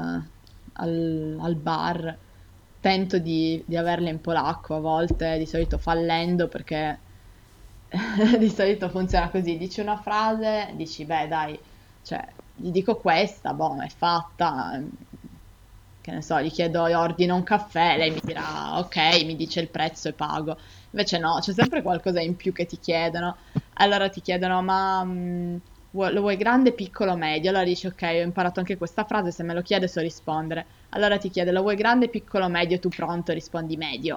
al, al bar, tento di, di averle in polacco, a volte di solito fallendo perché di solito funziona così, dici una frase, dici beh dai, cioè gli dico questa, boh, è fatta, che ne so, gli chiedo, ordino un caffè, lei mi dirà ok, mi dice il prezzo e pago. Invece no, c'è sempre qualcosa in più che ti chiedono. Allora ti chiedono, ma mh, vuo- lo vuoi grande, piccolo, medio? Allora dici, ok, ho imparato anche questa frase, se me lo chiede so rispondere. Allora ti chiede, lo vuoi grande, piccolo, medio? Tu pronto rispondi medio.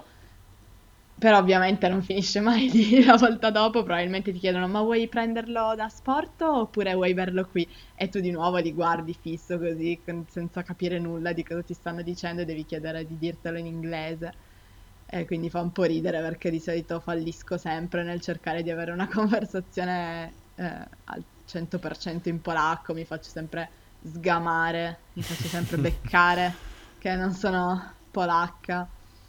Però ovviamente non finisce mai lì, la volta dopo probabilmente ti chiedono, ma vuoi prenderlo da sporto oppure vuoi berlo qui? E tu di nuovo li guardi fisso così, con- senza capire nulla di cosa ti stanno dicendo e devi chiedere di dirtelo in inglese. E quindi fa un po' ridere perché di solito fallisco sempre nel cercare di avere una conversazione eh, al cento per cento in polacco, mi faccio sempre sgamare, mi faccio sempre beccare che non sono polacca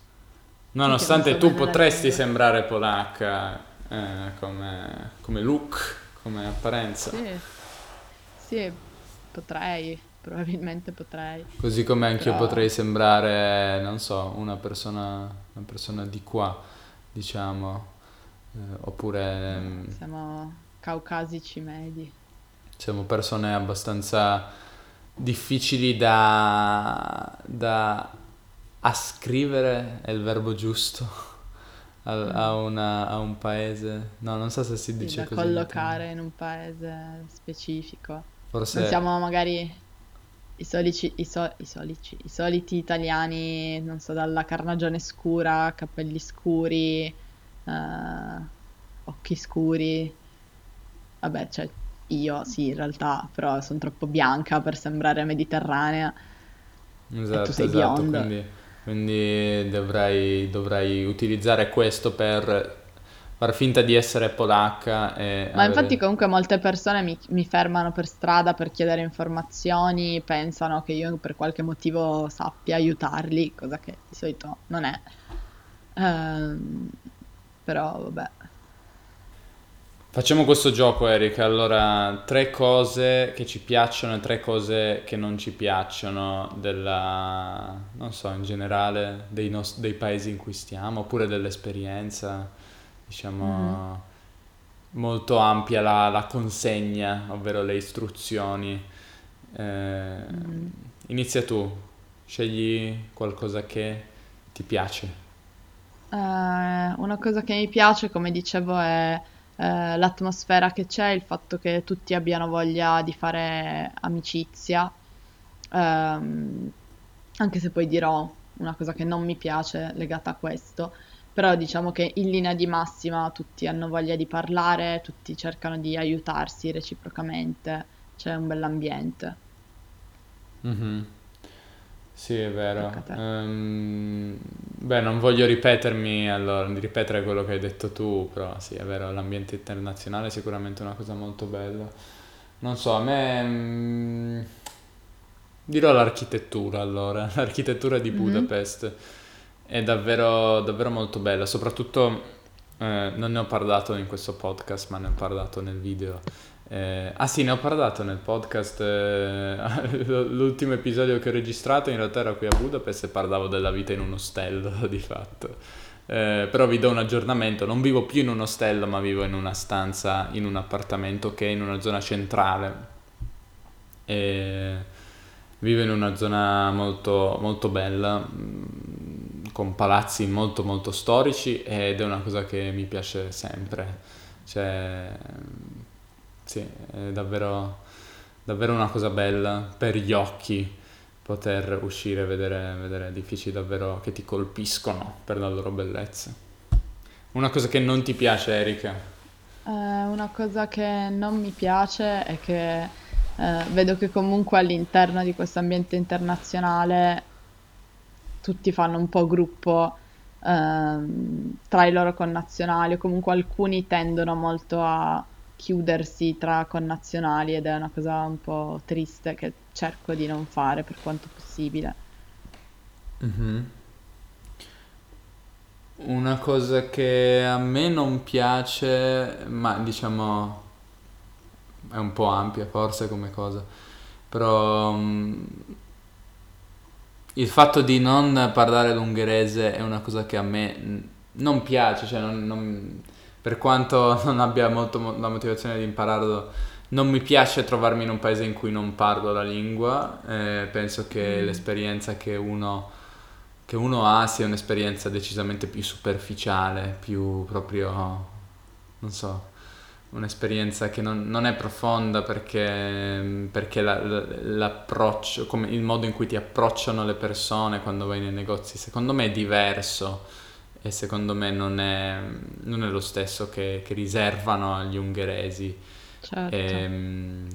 e che non Nonostante so tu bene la potresti lingua. sembrare polacca eh, come, come look, come apparenza, Sì, sì, potrei, probabilmente potrei, così come anch'io però potrei sembrare, non so, una persona, una persona di qua, diciamo, eh, oppure eh, mm, siamo caucasici medi. siamo persone abbastanza difficili da, da ascrivere, è il verbo giusto, al- a, Mm. una- a un paese. No, non so se si Sì, dice da così in Italia. collocare in un paese specifico. Non Forse, siamo magari i solici- i so- i solici- i soliti italiani, non so, dalla carnagione scura, capelli scuri, eh, occhi scuri. Vabbè, cioè io sì, in realtà, però sono troppo bianca per sembrare mediterranea e tu esatto, sei esatto, biondo. quindi, quindi dovrai, dovrai utilizzare questo per far finta di essere polacca e Ma infatti avere... comunque molte persone mi, mi fermano per strada per chiedere informazioni, pensano che io per qualche motivo sappia aiutarli, cosa che di solito non è. Ehm, però vabbè. Facciamo questo gioco, Eric. Allora, tre cose che ci piacciono e tre cose che non ci piacciono della, non so, in generale dei, nos- dei paesi in cui stiamo, oppure dell'esperienza, Mhm. diciamo, molto ampia la, la consegna, ovvero le istruzioni. Eh, Mm. inizia tu, scegli qualcosa che ti piace. Eh, una cosa che mi piace, come dicevo, è eh, l'atmosfera che c'è, il fatto che tutti abbiano voglia di fare amicizia. Ehm, Anche se poi dirò una cosa che non mi piace legata a questo, però diciamo che in linea di massima tutti hanno voglia di parlare, tutti cercano di aiutarsi reciprocamente, c'è un bell'ambiente. Mhm. Sì, è Tocca a vero. te. Ehm, beh, non voglio ripetermi, allora, di ripetere quello che hai detto tu, però sì, è vero, l'ambiente internazionale è sicuramente una cosa molto bella. Non so, a me mm, dirò l'architettura allora, l'architettura di Mhm. Budapest è davvero, davvero molto bella, soprattutto eh, non ne ho parlato in questo podcast, ma ne ho parlato nel video Eh, ah sì, ne ho parlato nel podcast, eh, l'ultimo episodio che ho registrato in realtà era qui a Budapest e parlavo della vita in un ostello di fatto. Eh, però vi do un aggiornamento, non vivo più in un ostello ma vivo in una stanza, in un appartamento che è in una zona centrale e vivo in una zona molto, molto bella, mm, con palazzi molto molto storici ed è una cosa che mi piace sempre. Cioè, sì, è davvero, davvero una cosa bella per gli occhi poter uscire e vedere, vedere edifici davvero che ti colpiscono per la loro bellezza. Una cosa che non ti piace, Erika? Eh, una cosa che non mi piace è che eh, vedo che comunque all'interno di questo ambiente internazionale tutti fanno un po' gruppo ehm, tra i loro connazionali o comunque alcuni tendono molto a chiudersi tra connazionali ed è una cosa un po' triste che cerco di non fare per quanto possibile. Mhm. Una cosa che a me non piace, ma diciamo è un po' ampia forse come cosa, però mm, il fatto di non parlare l'ungherese è una cosa che a me mm, non piace, cioè non- non- per quanto non abbia molto mo- la motivazione di impararlo, non mi piace trovarmi in un paese in cui non parlo la lingua, eh, penso che Mm, l'esperienza che uno, che uno ha sia un'esperienza decisamente più superficiale, più proprio, non so, un'esperienza che non, non è profonda perché, perché la- la- l'approccio, come il modo in cui ti approcciano le persone quando vai nei negozi, secondo me è diverso e secondo me non è, non è lo stesso che, che riservano agli ungheresi. certo, E,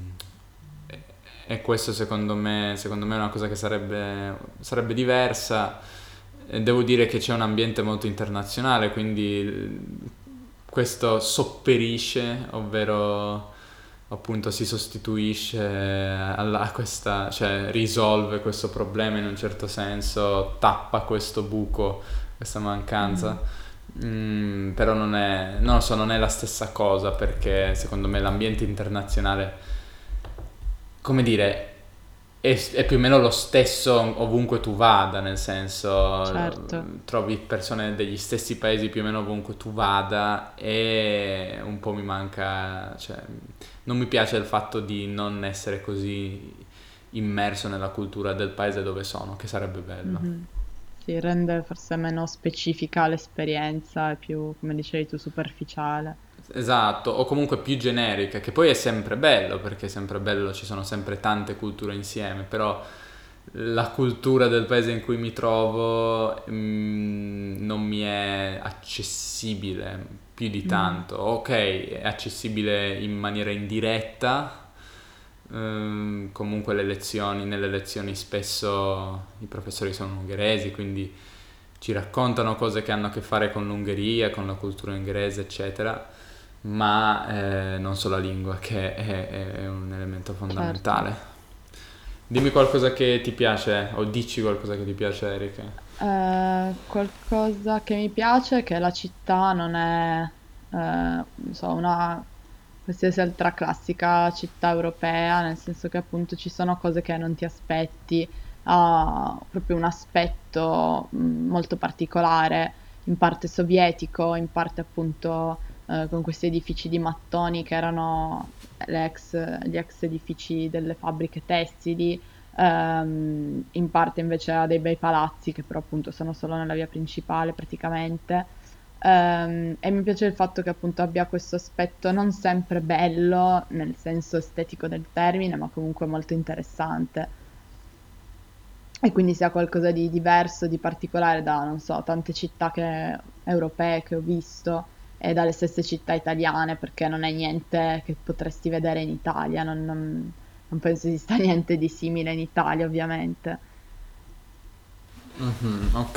e questo secondo me, secondo me è una cosa che sarebbe, sarebbe diversa. E devo dire che c'è un ambiente molto internazionale, quindi questo sopperisce, ovvero appunto si sostituisce alla, a questa, cioè risolve questo problema in un certo senso, tappa questo buco, questa mm, mancanza. Mm, però non è, non lo so, non è la stessa cosa perché secondo me l'ambiente internazionale, come dire, è, è più o meno lo stesso ovunque tu vada, nel senso certo. trovi persone degli stessi paesi più o meno ovunque tu vada e un po' mi manca, cioè non mi piace il fatto di non essere così immerso nella cultura del paese dove sono, che sarebbe bello. Mhm. Sì, rende forse meno specifica l'esperienza e più, come dicevi tu, superficiale. Esatto, o comunque più generica, che poi è sempre bello, perché è sempre bello, ci sono sempre tante culture insieme, però la cultura del paese in cui mi trovo mm, non mi è accessibile più di Mm, tanto. Ok, è accessibile in maniera indiretta, ehm, comunque le lezioni, nelle lezioni spesso i professori sono ungheresi, quindi ci raccontano cose che hanno a che fare con l'Ungheria, con la cultura ungherese, eccetera, ma eh, non solo la lingua, che è, è un elemento certo. fondamentale. Dimmi qualcosa che ti piace, o dici qualcosa che ti piace, Erika. Eh, qualcosa che mi piace è che la città non è, eh, non so, una qualsiasi altra classica città europea, nel senso che appunto ci sono cose che non ti aspetti, ha proprio un aspetto mh, molto particolare, in parte sovietico, in parte appunto eh, con questi edifici di mattoni che erano le ex- gli ex edifici delle fabbriche tessili. Ehm, in parte invece ha dei bei palazzi che però appunto sono solo nella via principale praticamente. Ehm, e mi piace il fatto che appunto abbia questo aspetto non sempre bello nel senso estetico del termine, ma comunque molto interessante. E quindi sia qualcosa di diverso, di particolare da, non so, tante città che- europee che ho visto e dalle stesse città italiane, perché non è niente che potresti vedere in Italia, non, non- non penso esista niente di simile in Italia, ovviamente. Mhm, ok.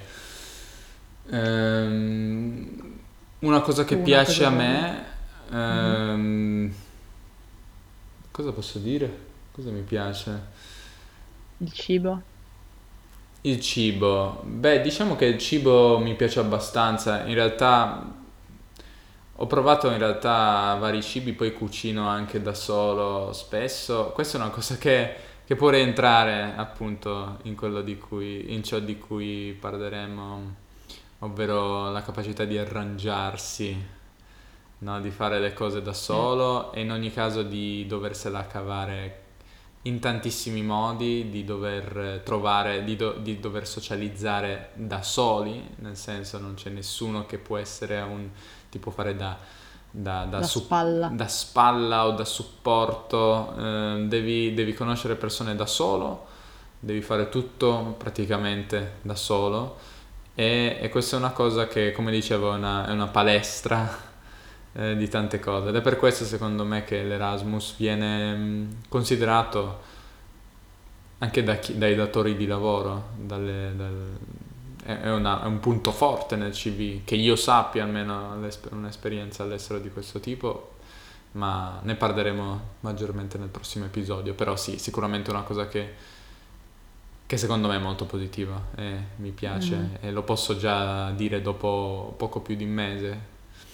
Ehm, una cosa Tu che una piace cosa a che... me, Mhm. ehm, cosa posso dire? Cosa mi piace? Il cibo? Il cibo. Beh, diciamo che il cibo mi piace abbastanza. In realtà Ho provato in realtà vari cibi, poi cucino anche da solo spesso. Questa è una cosa che, che può rientrare appunto in quello di cui, in ciò di cui parleremo, ovvero la capacità di arrangiarsi, no? Di fare le cose da Sì. solo e in ogni caso di doversela cavare in tantissimi modi, di dover trovare, di, do- di dover socializzare da soli, nel senso non c'è nessuno che può essere un, ti può fare da, da, da Da su- spalla. da spalla o da supporto, eh, devi, devi conoscere persone da solo, devi fare tutto praticamente da solo e, e questa è una cosa che, come dicevo, è una, è una palestra eh, di tante cose ed è per questo secondo me che l'Erasmus viene mh, considerato anche da chi- dai datori di lavoro, dalle- dal- è, è una- è un punto forte nel C V, che io sappia almeno l'esper- un'esperienza all'estero di questo tipo, ma ne parleremo maggiormente nel prossimo episodio, però sì, sicuramente è una cosa che, che secondo me è molto positiva e mi Mm, piace e lo posso già dire dopo poco più di un mese.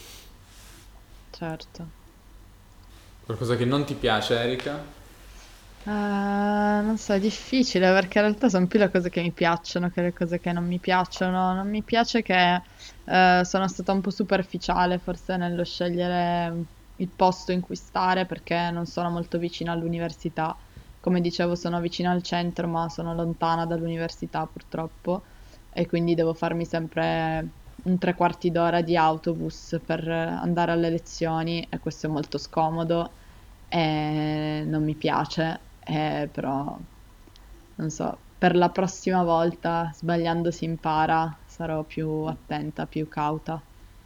certo. Qualcosa che non ti piace, Erika? Eh, non so, è difficile perché in realtà sono più le cose che mi piacciono che le cose che non mi piacciono. Non mi piace che eh, sono stata un po' superficiale forse nello scegliere il posto in cui stare perché non sono molto vicina all'università. Come dicevo, sono vicina al centro, ma sono lontana dall'università purtroppo e quindi devo farmi sempre un tre quarti d'ora di autobus per andare alle lezioni e questo è molto scomodo e non mi piace, eh, però non so, per la prossima volta, sbagliando si impara, sarò più attenta, più cauta.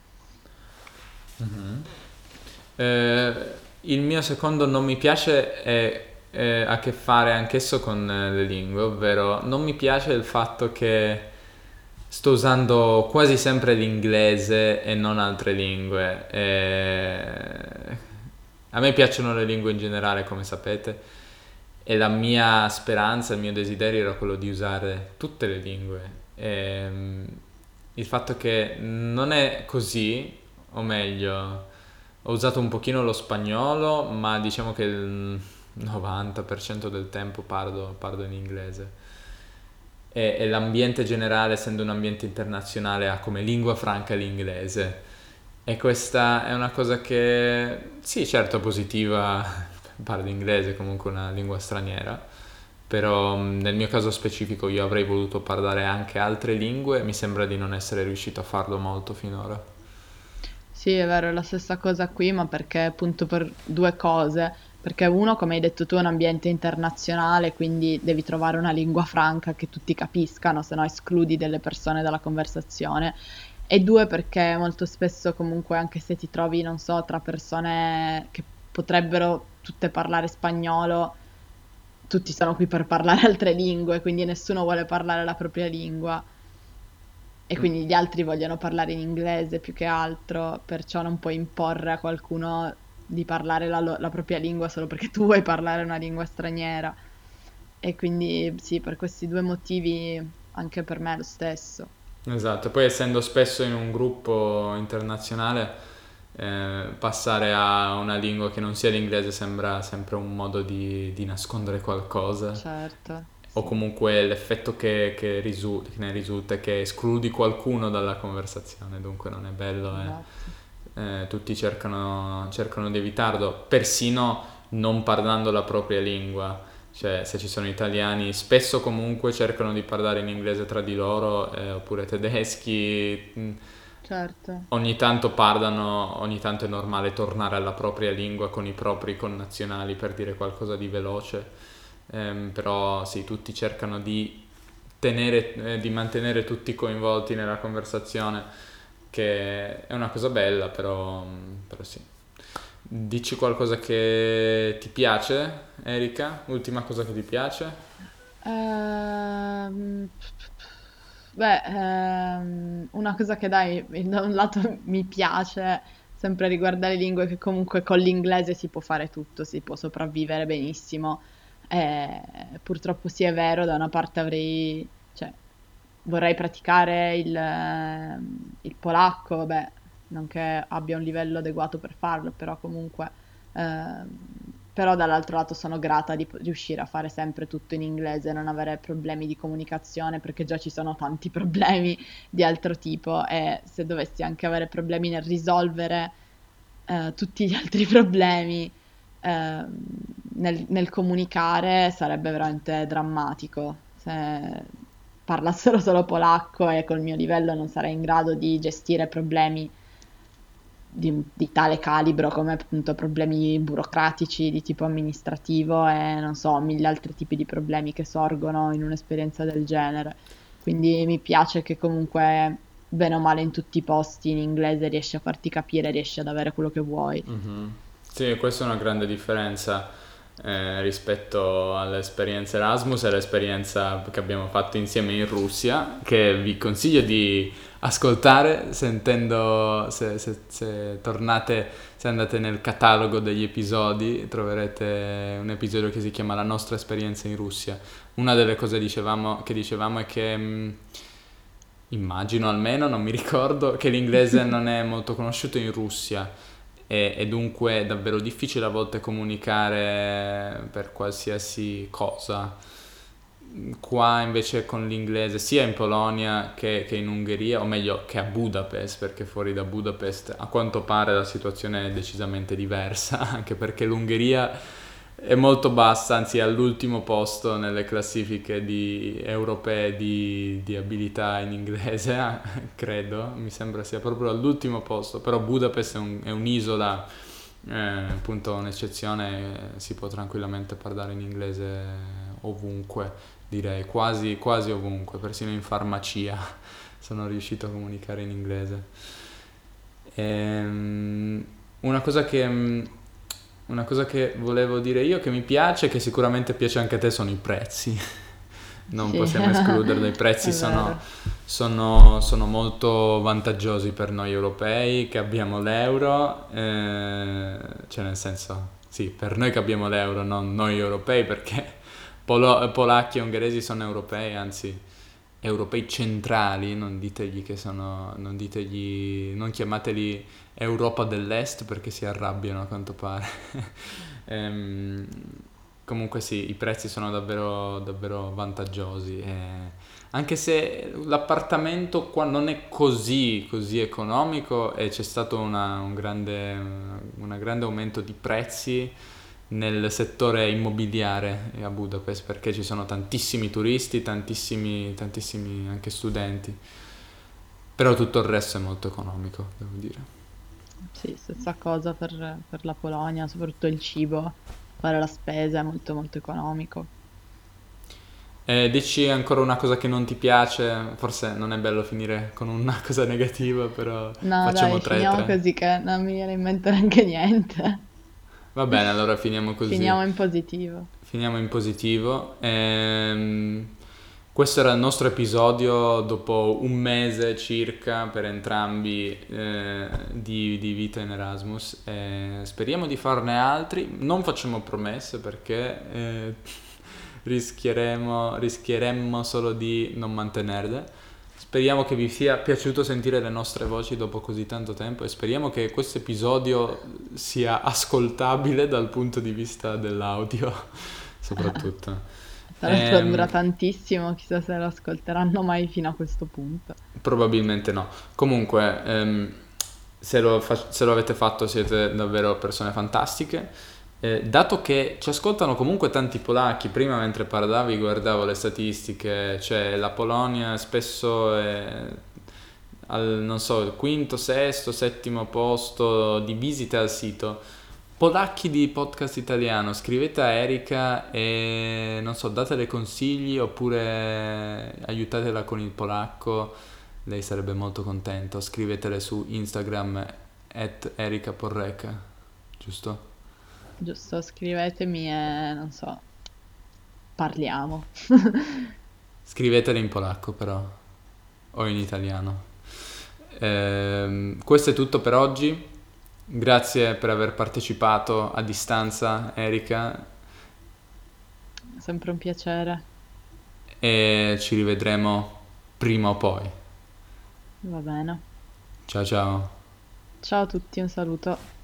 Eh, il mio secondo non mi piace è, è- ha a che fare anch'esso con eh, le lingue, ovvero non mi piace il fatto che sto usando quasi sempre l'inglese e non altre lingue. Eh, a me piacciono le lingue in generale, come sapete, e la mia speranza, il mio desiderio era quello di usare tutte le lingue. Ehm, il fatto che non è così, o meglio, ho usato un pochino lo spagnolo, ma diciamo che il novanta per cento del tempo parlo, parlo in inglese. E, e l'ambiente generale, essendo un ambiente internazionale, ha come lingua franca l'inglese. E questa è una cosa che, sì, certo, è positiva, parlo inglese, comunque una lingua straniera, però mh, nel mio caso specifico io avrei voluto parlare anche altre lingue e mi sembra di non essere riuscito a farlo molto finora. Sì, è vero, è la stessa cosa qui, ma perché appunto per due cose. Perché uno, come hai detto tu, è un ambiente internazionale, quindi devi trovare una lingua franca che tutti capiscano, se no escludi delle persone dalla conversazione. E due, perché molto spesso comunque anche se ti trovi, non so, tra persone che potrebbero tutte parlare spagnolo, tutti sono qui per parlare altre lingue, quindi nessuno vuole parlare la propria lingua. E Mm. quindi gli altri vogliono parlare in inglese più che altro, perciò non puoi imporre a qualcuno di parlare la, lo- la propria lingua solo perché tu vuoi parlare una lingua straniera. E quindi sì, per questi due motivi anche per me è lo stesso. Esatto, poi essendo spesso in un gruppo internazionale, eh, passare a una lingua che non sia l'inglese sembra sempre un modo di, di nascondere qualcosa, Certo, o sì, comunque l'effetto che, che risu- che ne risulta è che escludi qualcuno dalla conversazione, dunque non è bello esatto. e eh, tutti cercano, cercano di evitarlo, persino non parlando la propria lingua. Cioè, se ci sono italiani, spesso comunque cercano di parlare in inglese tra di loro, eh, oppure tedeschi. mh, Certo. Ogni tanto parlano, ogni tanto è normale tornare alla propria lingua con i propri connazionali per dire qualcosa di veloce. Ehm, però sì, tutti cercano di tenere, eh, di mantenere tutti coinvolti nella conversazione, che è una cosa bella, però, però sì. Dici qualcosa che ti piace, Erika? Ultima cosa che ti piace? Ehm, Beh, ehm, una cosa che dai, da un lato mi piace sempre riguardare lingue che comunque con l'inglese si può fare tutto, si può sopravvivere benissimo. Eh, purtroppo sì, è vero, da una parte avrei, cioè, vorrei praticare il, ehm, il polacco, vabbè, non che abbia un livello adeguato per farlo, però comunque, ehm, però dall'altro lato sono grata di po- riuscire a fare sempre tutto in inglese, non avere problemi di comunicazione, perché già ci sono tanti problemi di altro tipo e se dovessi anche avere problemi nel risolvere eh, tutti gli altri problemi ehm, nel, nel comunicare sarebbe veramente drammatico. Se parlassero solo polacco e col mio livello non sarei in grado di gestire problemi di, di tale calibro come appunto problemi burocratici di tipo amministrativo e non so, mille altri tipi di problemi che sorgono in un'esperienza del genere. Quindi mi piace che comunque, bene o male, in tutti i posti in inglese riesci a farti capire, riesci ad avere quello che vuoi. Mhm. Sì, questa è una grande differenza eh, rispetto all'esperienza Erasmus e all'esperienza che abbiamo fatto insieme in Russia, che vi consiglio di ascoltare sentendo, se, se- se tornate, se andate nel catalogo degli episodi, troverete un episodio che si chiama La nostra esperienza in Russia. Una delle cose dicevamo- che dicevamo è che... mh, immagino almeno, non mi ricordo, che l'inglese non è molto conosciuto in Russia e, e dunque è davvero difficile a volte comunicare per qualsiasi cosa. Qua invece con l'inglese, sia in Polonia che, che in Ungheria, o meglio che a Budapest, perché fuori da Budapest a quanto pare la situazione è decisamente diversa, anche perché l'Ungheria è molto bassa, anzi è all'ultimo posto nelle classifiche di- europee di, di abilità in inglese, credo, mi sembra sia proprio all'ultimo posto, però Budapest è, un- è un'isola, eh, appunto un'eccezione, si può tranquillamente parlare in inglese ovunque, direi, quasi, quasi ovunque, persino in farmacia sono riuscito a comunicare in inglese. Ehm, una cosa che, mm, una cosa che volevo dire io che mi piace, che sicuramente piace anche a te, sono i prezzi. Non Sì, possiamo escluderlo, i prezzi è sono, vero. sono- sono molto vantaggiosi per noi europei che abbiamo l'euro, eh, cioè nel senso, sì, per noi che abbiamo l'euro, non noi europei, perché polo- polacchi e ungheresi sono europei, anzi europei centrali, non ditegli che sono, non ditegli, non chiamateli Europa dell'Est perché si arrabbiano a quanto pare. Ehm, comunque sì, i prezzi sono davvero, davvero vantaggiosi. E anche se l'appartamento qua non è così, così economico e c'è stato una- un grande, un grande aumento di prezzi nel settore immobiliare a Budapest perché ci sono tantissimi turisti, tantissimi, tantissimi anche studenti, però tutto il resto è molto economico, devo dire. Sì, stessa cosa per, per la Polonia, soprattutto il cibo, fare la spesa è molto molto economico. Eh, dici ancora una cosa che non ti piace, forse non è bello finire con una cosa negativa, però No, facciamo dai, tre finiamo tre. così che non mi viene in mente neanche niente. Va bene, allora finiamo così. Finiamo in positivo. Finiamo in positivo. Ehm, questo era il nostro episodio dopo un mese circa per entrambi eh, di, di vita in Erasmus. Eh, speriamo di farne altri. Non facciamo promesse perché eh, rischieremo, rischieremmo solo di non mantenerle. Speriamo che vi sia piaciuto sentire le nostre voci dopo così tanto tempo e speriamo che questo episodio sia ascoltabile dal punto di vista dell'audio, soprattutto. Tra l'altro dura Ehm, tantissimo, chissà se lo ascolteranno mai fino a questo punto. Probabilmente no. Comunque, ehm, se lo, fa- se lo avete fatto siete davvero persone fantastiche. Eh, dato che ci ascoltano comunque tanti polacchi, prima mentre parlavi guardavo le statistiche, cioè la Polonia spesso è al, non so, il quinto, sesto, settimo posto di visite al sito. Polacchi di podcast italiano, scrivete a Erika e non so, datele consigli oppure aiutatela con il polacco, lei sarebbe molto contenta. Scrivetele su Instagram at Erika Porreca, giusto? Giusto, scrivetemi e non so, parliamo. Scrivetele in polacco però, o in italiano. Ehm, questo è tutto per oggi. Grazie per aver partecipato a distanza, Erika, È sempre un piacere. e ci rivedremo prima o poi. Va bene. Ciao ciao. Ciao a tutti, un saluto.